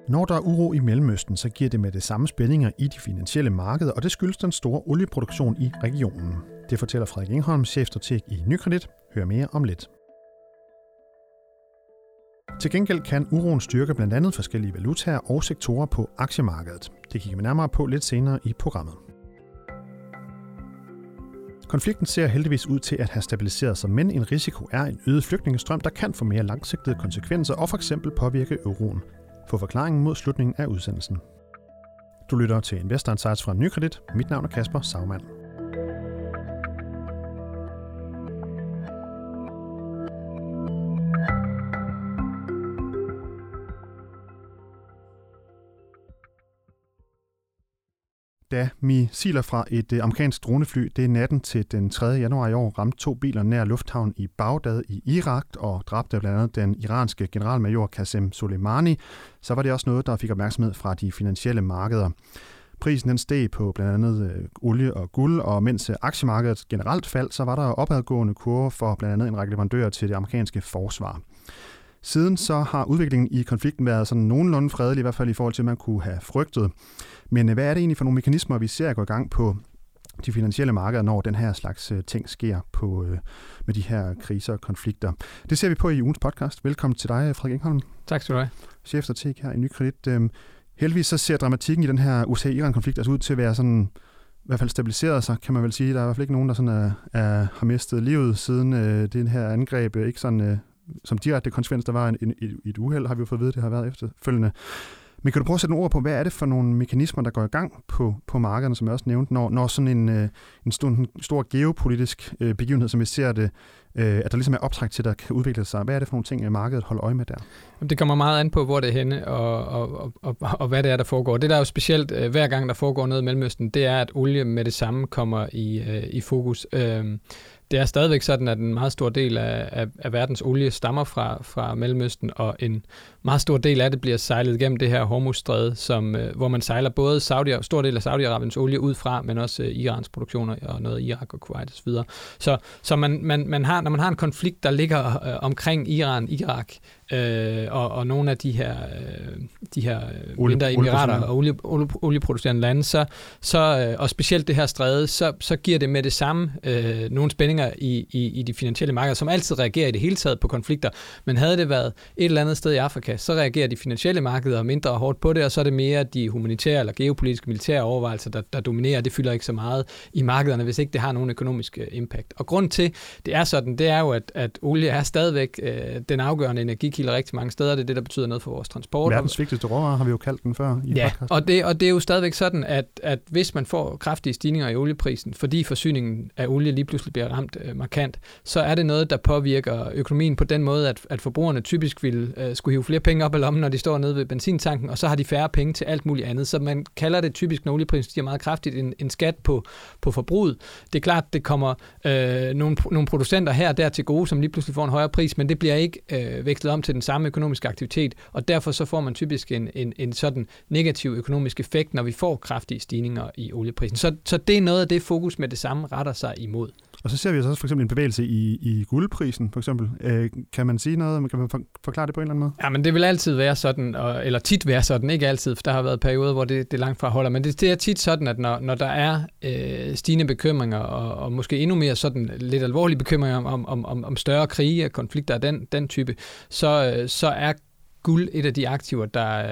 Når der er uro i Mellemøsten, så giver det med det samme spændinger i de finansielle markeder, og det skyldes den store olieproduktion i regionen. Det fortæller Frederik Engholm, chefstrateg i Nykredit. Hør mere om lidt. Til gengæld kan uroen styrke blandt andet forskellige valutaer og sektorer på aktiemarkedet. Det kigger vi nærmere på lidt senere i programmet. Konflikten ser heldigvis ud til at have stabiliseret sig, men en risiko er en øget flygtningestrøm, der kan få mere langsigtede konsekvenser og f.eks. påvirke euroen. Få forklaringen mod slutningen af udsendelsen. Du lytter til Investor Insights fra Nykredit. Mit navn er Kasper Sagmann. Da missiler fra et amerikansk dronefly, det er natten til den 3. januar i år, ramte 2 biler nær lufthavnen i Bagdad i Irak og dræbte blandt andet den iranske generalmajor Qasem Soleimani, så var det også noget, der fik opmærksomhed fra de finansielle markeder. Prisen den steg på blandt andet olie og guld, og mens aktiemarkedet generelt faldt, så var der opadgående kurver for blandt andet en række leverandører til det amerikanske forsvar. Siden så har udviklingen i konflikten været sådan nogenlunde fredelig, i hvert fald i forhold til, at man kunne have frygtet. Men hvad er det egentlig for nogle mekanismer, vi ser gå i gang på de finansielle markeder, når den her slags ting sker med de her kriser og konflikter? Det ser vi på i ugens podcast. Velkommen til dig, Frederik Engholm. Tak skal du have. Chefstrateg her i Nykredit. Heldigvis så ser dramatikken i den her USA-Iran-konflikt altså ud til at være sådan, i hvert fald stabiliseret sig, kan man vel sige. Der er i hvert fald ikke nogen, der sådan har mistet livet siden det her angreb. Ikke sådan som direkte konsekvens, der var et uheld, har vi jo fået at vide, det har været efterfølgende. Men kan du prøve at sætte nogle ord på, hvad er det for nogle mekanismer, der går i gang på markederne, som jeg også nævnte, når sådan en stor geopolitisk begivenhed, som vi ser det, at der ligesom er optræk til, der kan udvikle sig. Hvad er det for nogle ting, markedet holder øje med der? Det kommer meget an på, hvor det er henne, og hvad det er, der foregår. Det, der er jo specielt, hver gang der foregår noget i Mellemøsten, det er, at olie med det samme kommer i fokus. Det er stadigvæk sådan, at en meget stor del af verdens olie stammer fra Mellemøsten, og en meget stor del af det bliver sejlet igennem det her Hormuzstræde, hvor man sejler både stor del af Saudi-Arabiens olie ud fra, men også Irans produktioner og noget Irak og Kuwait osv. Så man har, når man har en konflikt, der ligger omkring Iran, Irak, og nogle af de her mindre emirater og olieproducerende lande, og specielt det her stræde, så giver det med det samme nogle spændinger i de finansielle markeder, som altid reagerer i det hele taget på konflikter. Men havde det været et eller andet sted i Afrika, så reagerer de finansielle markeder mindre hårdt på det, og så er det mere de humanitære eller geopolitiske militære overvejelser, der dominerer. Det fylder ikke så meget i markederne, hvis ikke det har nogen økonomisk impact. Og grund til, det er sådan, det er jo, at olie er stadigvæk den afgørende energikilde rigtig mange steder. Det er det, der betyder noget for vores transport. Verdens vigtigste råvare har vi jo kaldt den før i podcast. Og det er jo stadigvæk sådan, at hvis man får kraftige stigninger i olieprisen, fordi forsyningen af olie lige pludselig bliver ramt markant, så er det noget, der påvirker økonomien på den måde, at forbrugerne typisk vil skulle hive flere penge op af lommen, når de står nede ved benzintanken, og så har de færre penge til alt muligt andet. Så man kalder det typisk, når olieprisen stiger meget kraftigt, en skat på forbruget. Det er klart, det kommer nogle producenter her og der til gode, som lige pludselig får en højere pris, men det bliver ikke vekslet om til den samme økonomiske aktivitet, og derfor så får man typisk en sådan negativ økonomisk effekt, når vi får kraftige stigninger i olieprisen. Så det er noget af det fokus med det samme retter sig imod. Og så ser vi også for eksempel en bevægelse i guldprisen, for eksempel. Kan man sige noget? Kan man forklare det på en eller anden måde? Ja, men det vil altid være sådan, eller tit være sådan, ikke altid, for der har været perioder, hvor det langt fra holder, men det er tit sådan, at når der er stigende bekymringer, og måske endnu mere sådan lidt alvorlige bekymringer om større krige og konflikter af den type, så er guld et af de aktiver,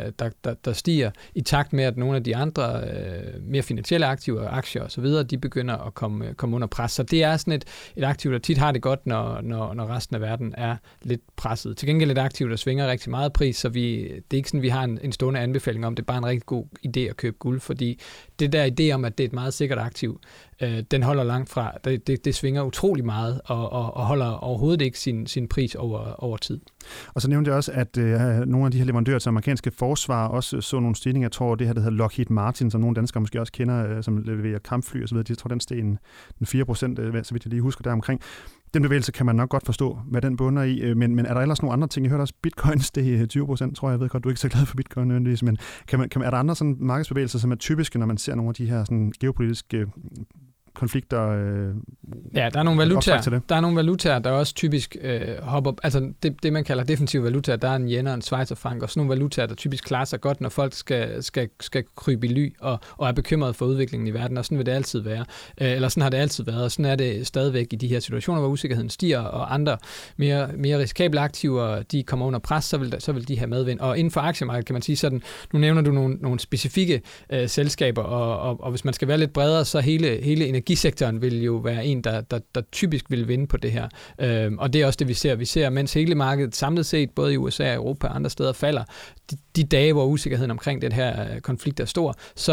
der stiger i takt med, at nogle af de andre mere finansielle aktiver, aktier og så videre, de begynder at komme under pres. Så det er sådan et aktiv, der tit har det godt, når resten af verden er lidt presset. Til gengæld et aktiv, der svinger rigtig meget pris, så det er ikke sådan, vi har en stående anbefaling om, det er bare en rigtig god idé at købe guld, fordi det der idé om, at det er et meget sikkert aktiv, den holder langt fra. Det svinger utrolig meget, og holder overhovedet ikke sin pris over tid. Og så nævnte jeg også, at nogle af de her leverandører til amerikanske forsvar også så nogle stigninger. Jeg tror, det her, der hedder Lockheed Martin, som nogle danskere måske også kender, som leverer kampfly og så videre. Jeg tror, den steg en 4%, så vidt jeg lige husker deromkring. Den bevægelse kan man nok godt forstå, hvad den bunder i, men er der ellers nogle andre ting? Jeg hørte også, Bitcoin steg 20%, tror jeg ved godt, du er ikke så glad for Bitcoin nødvendigvis, men er der andre sådan markedsbevægelser, som er typiske, når man ser nogle af de her sådan geopolitiske konflikter. Ja, der er nogle valutaer, der også typisk hopper, altså det man kalder defensive valutaer, der er en yen og en schweizerfranc, og sådan nogle valutaer, der typisk klarer sig godt, når folk skal krybe i ly og er bekymret for udviklingen i verden, og sådan vil det altid være. Eller sådan har det altid været, og sådan er det stadigvæk i de her situationer, hvor usikkerheden stiger, og andre mere risikable aktiver, de kommer under pres, så vil de have medvind. Og inden for aktiemarkedet kan man sige sådan, nu nævner du nogle specifikke selskaber, og hvis man skal være lidt bredere, så hele energisektoren vil jo være en, der typisk vil vinde på det her. Og det er også det, vi ser. Vi ser, mens hele markedet samlet set, både i USA og Europa og andre steder, falder, de dage, hvor usikkerheden omkring den her konflikt er stor,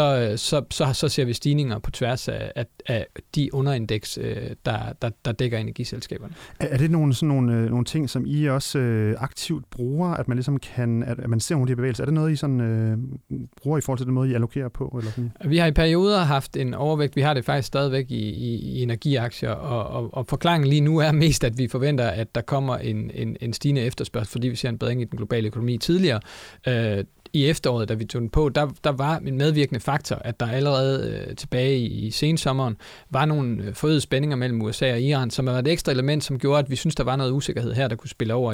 så ser vi stigninger på tværs af de underindeks, der dækker energiselskaberne. Er det nogle ting, som I også aktivt bruger, at man ligesom at man ser nogle af de bevægelser? Er det noget, I sådan, bruger i forhold til den måde, I allokerer på? Eller sådan? Vi har i perioder haft en overvægt. Vi har det faktisk stadigvæk i energiaktier, og forklaringen lige nu er mest, at vi forventer, at der kommer en stigende efterspørgsel, fordi vi ser en bedring i den globale økonomi tidligere. I efteråret, da vi tog den på, der var en medvirkende faktor, at der allerede tilbage i sensommeren var nogle forøgede spændinger mellem USA og Iran, som var et ekstra element, som gjorde, at vi synes, der var noget usikkerhed her, der kunne spille over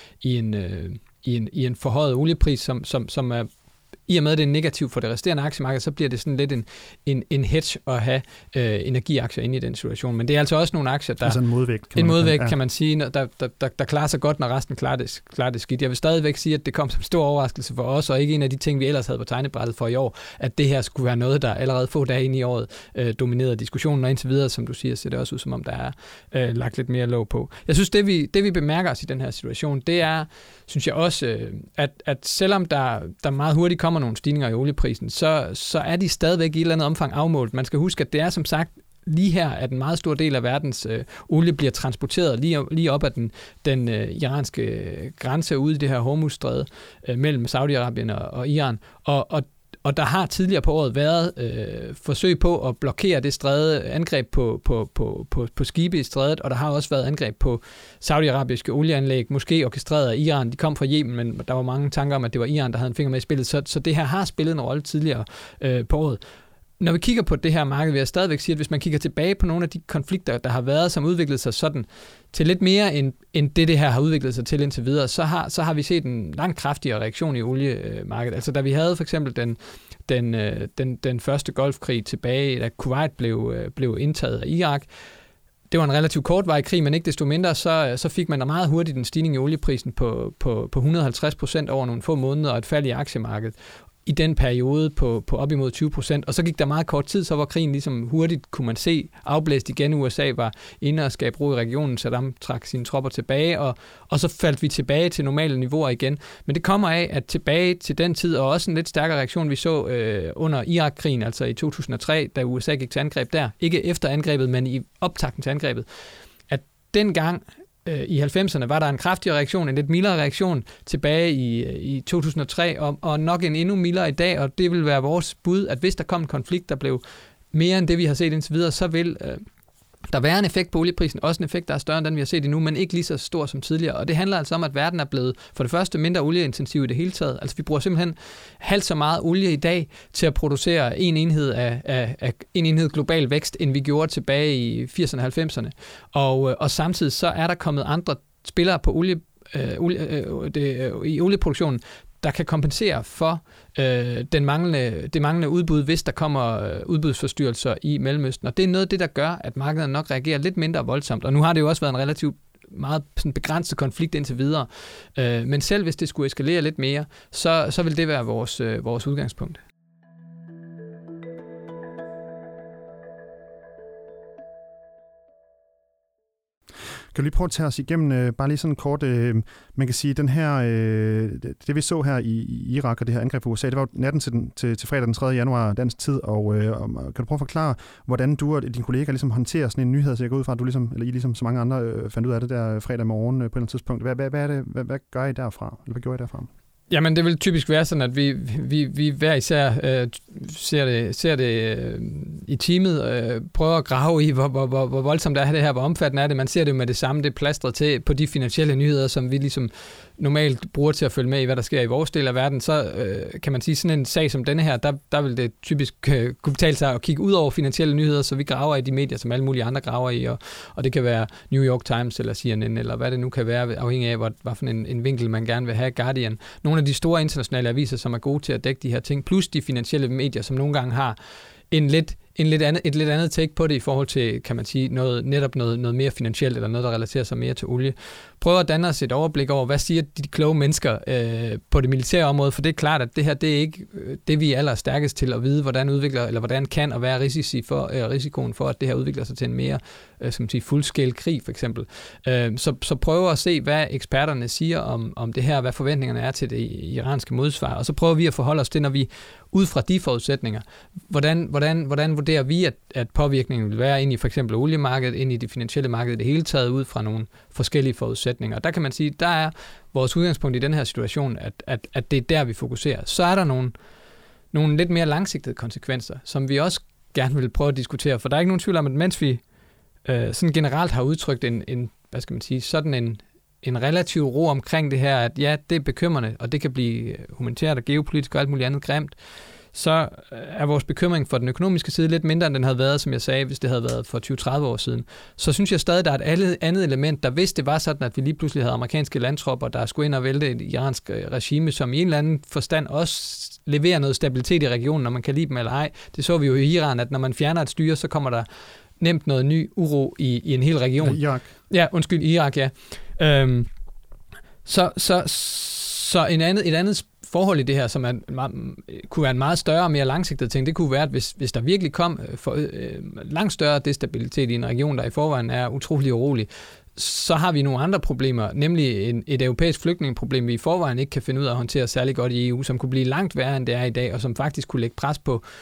i en forhøjet oliepris, som er i og med, at det er negativt for det resterende aktiemarked, så bliver det sådan lidt en hedge at have energiaktier inde i den situation. Men det er altså også nogle aktier, der... Altså en modvægt, kan man sige, der klarer sig godt, når resten klarer det skidt. Jeg vil stadigvæk sige, at det kom som stor overraskelse for os, og ikke en af de ting, vi ellers havde på tegnebrættet for i år, at det her skulle være noget, der allerede få dage ind i året dominerede diskussionen, og indtil videre, som du siger, ser det også ud, som om der er lagt lidt mere låg på. Jeg synes, det vi bemærker os i den her situation, det er, synes jeg også, at selvom der meget hurtigt kommer nogle stigninger i olieprisen, så er de stadigvæk i et eller andet omfang afmålt. Man skal huske, at det er som sagt lige her, at en meget stor del af verdens olie bliver transporteret lige op ad den iranske grænse ude i det her Hormuzstræde mellem Saudi-Arabien og Iran. Og der har tidligere på året været forsøg på at blokere det stræde, angreb på skibe i strædet, og der har også været angreb på saudiarabiske olieanlæg, måske orkestreret af Iran. De kom fra Yemen, men der var mange tanker om, at det var Iran, der havde en finger med i spillet, så det her har spillet en rolle tidligere på året. Når vi kigger på det her marked, vil jeg stadigvæk sige, at hvis man kigger tilbage på nogle af de konflikter, der har været, som udviklede sig sådan til lidt mere end det her har udviklet sig til indtil videre, så har vi set en langt kraftigere reaktion i oliemarkedet. Altså da vi havde for eksempel den første golfkrig tilbage, da Kuwait blev indtaget af Irak, det var en relativt kortvarig krig, men ikke desto mindre, så fik man da meget hurtigt en stigning i olieprisen på 150% over nogle få måneder og et fald i aktiemarkedet i den periode på op imod 20%, og så gik der meget kort tid, så var krigen ligesom hurtigt, kunne man se, afblæst igen. USA var inde og skabe ro i regionen, Saddam trak sine tropper tilbage, og så faldt vi tilbage til normale niveauer igen. Men det kommer af, at tilbage til den tid, og også en lidt stærkere reaktion, vi så under Irak-krigen, altså i 2003, da USA gik til angreb der, ikke efter angrebet, men i optakten til angrebet, at dengang i 90'erne var der en kraftigere reaktion, en lidt mildere reaktion tilbage i 2003, og nok en endnu mildere i dag, og det vil være vores bud, at hvis der kom en konflikt, der blev mere end det, vi har set indtil videre, så vil der være en effekt på olieprisen, også en effekt, der er større end den, vi har set endnu, men ikke lige så stor som tidligere. Og det handler altså om, at verden er blevet for det første mindre olieintensiv i det hele taget. Altså vi bruger simpelthen halvt så meget olie i dag til at producere en enhed global vækst, end vi gjorde tilbage i 80'erne og 90'erne. Og samtidig så er der kommet andre spillere på i olieproduktionen, der kan kompensere for det manglende udbud, hvis der kommer udbudsforstyrrelser i Mellemøsten. Og det er noget af det, der gør, at markedet nok reagerer lidt mindre voldsomt. Og nu har det jo også været en relativt meget sådan begrænset konflikt indtil videre. Men selv hvis det skulle eskalere lidt mere, så vil det være vores udgangspunkt. Kan du lige prøve at tage os igennem, bare lige sådan kort, man kan sige, den her, det vi så her i Irak og det her angreb på USA, det var natten til fredag den 3. januar dansk tid, og kan du prøve at forklare, hvordan du og dine kollegaer ligesom håndterer sådan en nyhed, så jeg går ud fra, at du ligesom, eller I ligesom så mange andre fandt ud af det der fredag morgen på et eller andet tidspunkt. Hvad gør I derfra? Eller hvad gjorde I derfra? Jamen, det vil typisk være sådan, at vi hver især ser det i teamet, prøver at grave i, hvor voldsomt er det her, hvor omfattende er det. Man ser det med det samme, det er plastret til på de finansielle nyheder, som vi ligesom normalt bruger til at følge med i, hvad der sker i vores del af verden, så kan man sige, sådan en sag som denne her, der vil det typisk kunne betale sig at kigge ud over finansielle nyheder, så vi graver i de medier, som alle mulige andre graver i, og det kan være New York Times eller CNN, eller hvad det nu kan være, afhængig af, hvad for en vinkel man gerne vil have. Guardian. Nogle af de store internationale aviser, som er gode til at dække de her ting, plus de finansielle medier, som nogle gange har et lidt andet take på det i forhold til, kan man sige, noget mere finansielt, eller noget, der relaterer sig mere til olie. Prøver at danne os et overblik over, hvad siger de kloge mennesker på det militære område, for det er klart, at det her, det er ikke det, vi er allerstærkest til at vide, hvordan kan og være risikoen for, at det her udvikler sig til en mere full-scale krig, for eksempel. Så prøver at se, hvad eksperterne siger om det her, hvad forventningerne er til det iranske modsvar, og så prøver vi at forholde os til, når vi ud fra de forudsætninger, hvordan vurderer vi, at påvirkningen vil være ind i for eksempel oliemarkedet, ind i det finansielle marked i det hele taget, ud fra nogle forskellige forudsætninger. Og der kan man sige, der er vores udgangspunkt i den her situation, at det er der, vi fokuserer. Så er der nogle lidt mere langsigtede konsekvenser, som vi også gerne vil prøve at diskutere, for der er ikke nogen tvivl om, at mens vi sådan generelt har udtrykt en relativ ro omkring det her, at ja, det er bekymrende, og det kan blive humanitært og geopolitisk og alt muligt andet grimt, så er vores bekymring for den økonomiske side lidt mindre, end den havde været, som jeg sagde, hvis det havde været for 20-30 år siden. Så synes jeg stadig, der er et andet element, der hvis det var sådan, at vi lige pludselig havde amerikanske landtropper, der skulle ind og vælte et iransk regime, som i en eller anden forstand også leverer noget stabilitet i regionen, når man kan lide dem eller ej. Det så vi jo i Iran, at når man fjerner et styre, så kommer der nemt noget ny uro i en hel region. Irak. Ja, undskyld, Irak, ja. Så et andet forhold i det her, som kunne være en meget større og mere langsigtet ting, det kunne være, at hvis der virkelig kom langt større destabilitet i en region, der i forvejen er utrolig urolig, så har vi nogle andre problemer, nemlig et europæisk flygtningeproblem, vi i forvejen ikke kan finde ud af at håndtere særlig godt i EU, som kunne blive langt værre, end det er i dag, og som faktisk kunne lægge pres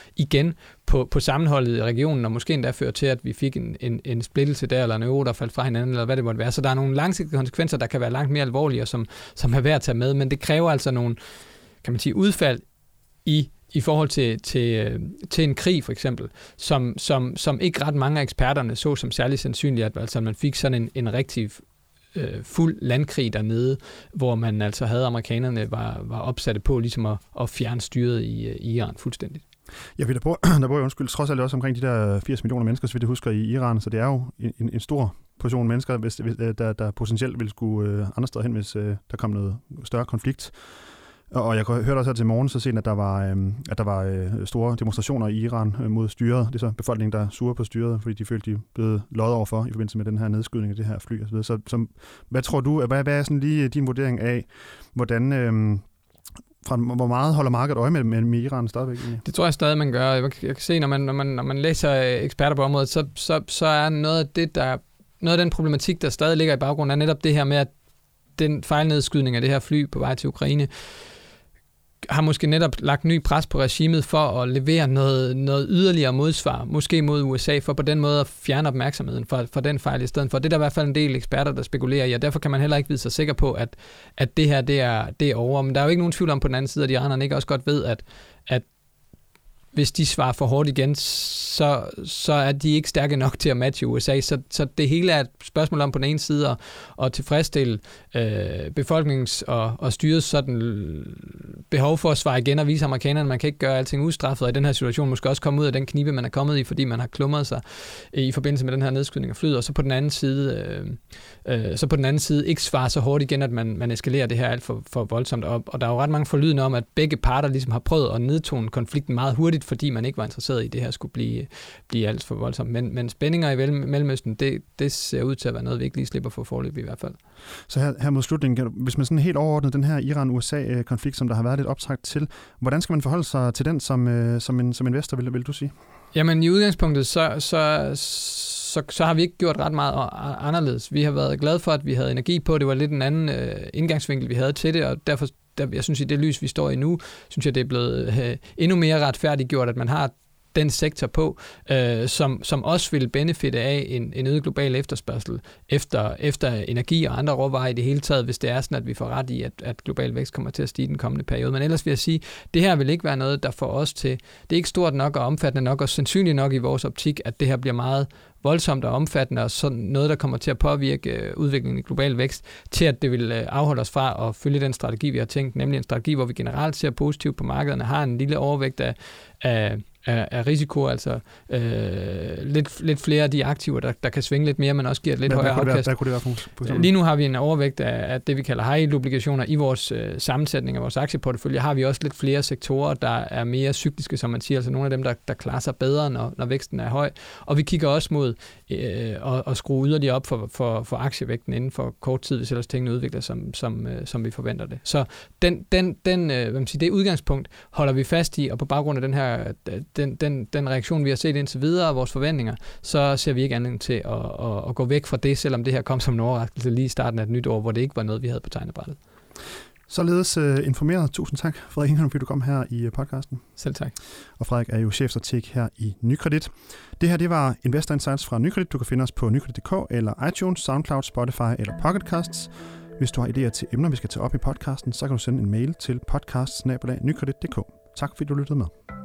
på sammenholdet i regionen, og måske endda føre til, at vi fik en splittelse der, eller en euro, der faldt fra hinanden, eller hvad det måtte være. Så der er nogle langsigtede konsekvenser, der kan være langt mere alvorlige, og som er værd at tage med, men det kræver altså nogle, kan man sige, udfald i forhold til en krig, for eksempel, som ikke ret mange af eksperterne så som særlig sandsynligt, at altså, man fik sådan en rigtig fuld landkrig dernede, hvor man altså havde amerikanerne var opsatte på ligesom at fjerne styret i Iran fuldstændigt. Ja, der bor trods alt også omkring de der 80 millioner mennesker, så vidt jeg husker, i Iran, så det er jo en stor portion mennesker, hvis der potentielt ville skulle andre steder hen, hvis der kom noget større konflikt. Og jeg hørte også her til morgen så sent, at der var store demonstrationer i Iran mod styret. Det er så befolkningen, der er sure på styret, fordi de følte, de er blevet løjet overfor i forbindelse med den her nedskydning af det her fly osv. Så hvad tror du, hvad er sådan lige din vurdering af, hvordan hvor meget holder markedet øje med Iran stadigvæk? Det tror jeg stadig, man gør. Jeg kan se, når man læser eksperter på området, så er noget af den problematik, der stadig ligger i baggrunden, er netop det her med, at den fejlnedskydning af det her fly på vej til Ukraine har måske netop lagt ny pres på regimet for at levere noget yderligere modsvar, måske mod USA, for på den måde at fjerne opmærksomheden fra den fejl i stedet for. Det er der i hvert fald en del eksperter, der spekulerer i, og derfor kan man heller ikke vide sig sikker på, at det her det er over. Men der er jo ikke nogen tvivl om på den anden side, at iranerne ikke også godt ved, at hvis de svarer for hårdt igen, så er de ikke stærke nok til at matche USA. Så det hele er et spørgsmål om på den ene side at tilfredsstille befolkningens og styrets sådan behov for at svare igen og vise amerikanerne, at man kan ikke gøre alting ustraffet, og i den her situation måske også komme ud af den knibe, man er kommet i, fordi man har klumret sig i forbindelse med den her nedskydning af flyet, og så på den anden side ikke svare så hårdt igen, at man eskalerer det her alt for voldsomt. Og der er jo ret mange forlydende om, at begge parter ligesom har prøvet at nedtone konflikten meget hurtigt, fordi man ikke var interesseret i, det her skulle blive alt for voldsomt. Men spændinger i Mellemøsten, det ser ud til at være noget, vi ikke lige slipper for forløb i hvert fald. Så her mod slutningen, hvis man sådan helt overordnet den her Iran-USA-konflikt, som der har været lidt optrækt til, hvordan skal man forholde sig til den som investor, vil du sige? Jamen i udgangspunktet, så har vi ikke gjort ret meget anderledes. Vi har været glade for, at vi havde energi på. Det var lidt en anden indgangsvinkel, vi havde til det, og derfor jeg synes, i det lys, vi står i nu, synes jeg, det er blevet endnu mere retfærdiggjort, at man har den sektor på, som også vil benefitte af en øget global efterspørgsel efter energi og andre råvarer i det hele taget, hvis det er sådan, at vi får ret i, at global vækst kommer til at stige den kommende periode. Men ellers vil jeg sige, det her vil ikke være noget, der får os til, det er ikke stort nok og omfattende nok og sandsynligt nok i vores optik, at det her bliver meget voldsomt og omfattende, og sådan noget, der kommer til at påvirke udviklingen i global vækst, til at det vil afholde os fra at følge den strategi, vi har tænkt, nemlig en strategi, hvor vi generelt ser positivt på markederne, har en lille overvægt af risiko, altså lidt flere af de aktiver, der kan svinge lidt mere, men også giver et lidt højere afkast. Hvad kunne det være for? Lige nu har vi en overvægt af det, vi kalder high-yield-obligationer. I vores sammensætning af vores aktieportefølje har vi også lidt flere sektorer, der er mere cykliske, som man siger, altså nogle af dem, der klarer sig bedre, når væksten er høj. Og vi kigger også mod at skrue yderligere op for aktievægten inden for kort tid, hvis ellers tingene udvikler, som vi forventer det. Så det udgangspunkt holder vi fast i, og på baggrund af den her den reaktion, vi har set indtil videre, og vores forventninger, så ser vi ikke anledning til at gå væk fra det, selvom det her kom som en overraskelse lige i starten af et nyt år, hvor det ikke var noget, vi havde på tegnebrættet. Således informeret. Tusind tak, Frederik Ingholm, fordi du kom her i podcasten. Selv tak. Og Frederik er jo chefstrateg her i Nykredit. Det her, det var Investor Insights fra Nykredit. Du kan finde os på nykredit.dk eller iTunes, SoundCloud, Spotify eller Pocketcasts. Hvis du har idéer til emner, vi skal tage op i podcasten, så kan du sende en mail til podcast@nykredit.dk. Tak fordi du lyttede med.